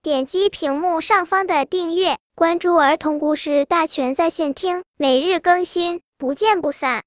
点击屏幕上方的订阅，关注儿童故事大全在线听，每日更新，不见不散。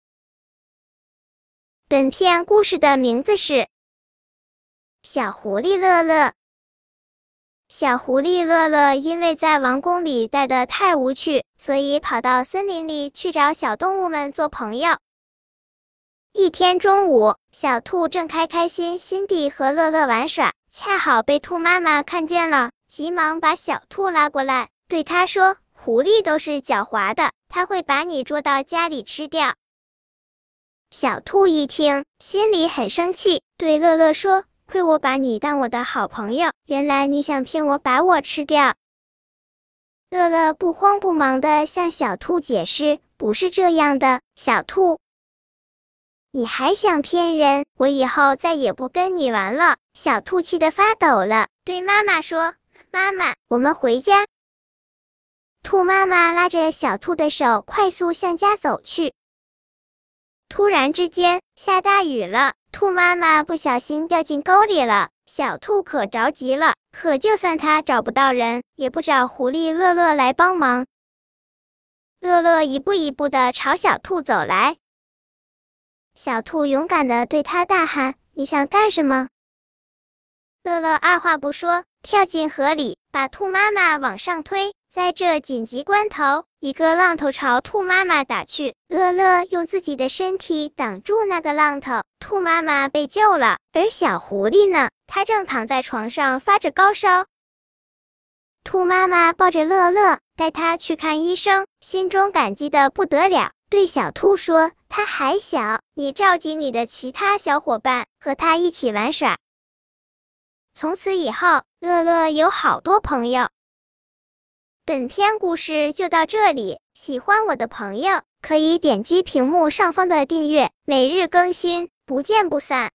本片故事的名字是小狐狸乐乐。小狐狸乐乐因为在王宫里待得太无趣，所以跑到森林里去找小动物们做朋友。一天中午，小兔正开开心心地和乐乐玩耍，恰好被兔妈妈看见了，急忙把小兔拉过来，对它说：狐狸都是狡猾的，它会把你捉到家里吃掉。小兔一听，心里很生气，对乐乐说：亏我把你当我的好朋友，原来你想骗我把我吃掉。乐乐不慌不忙地向小兔解释，不是这样的，小兔，你还想骗人，我以后再也不跟你玩了。小兔气得发抖了，对妈妈说：妈妈，我们回家。兔妈妈拉着小兔的手快速向家走去。突然之间下大雨了，兔妈妈不小心掉进沟里了，小兔可着急了，可就算它找不到人，也不找狐狸乐乐来帮忙。乐乐一步一步地朝小兔走来，小兔勇敢地对他大喊：你想干什么？乐乐二话不说，跳进河里，把兔妈妈往上推。在这紧急关头，一个浪头朝兔妈妈打去，乐乐用自己的身体挡住那个浪头，兔妈妈被救了。而小狐狸呢，它正躺在床上发着高烧。兔妈妈抱着乐乐，带他去看医生，心中感激的不得了，对小兔说：他还小，你召集你的其他小伙伴，和他一起玩耍。从此以后，乐乐有好多朋友。本篇故事就到这里，喜欢我的朋友可以点击屏幕上方的订阅，每日更新，不见不散。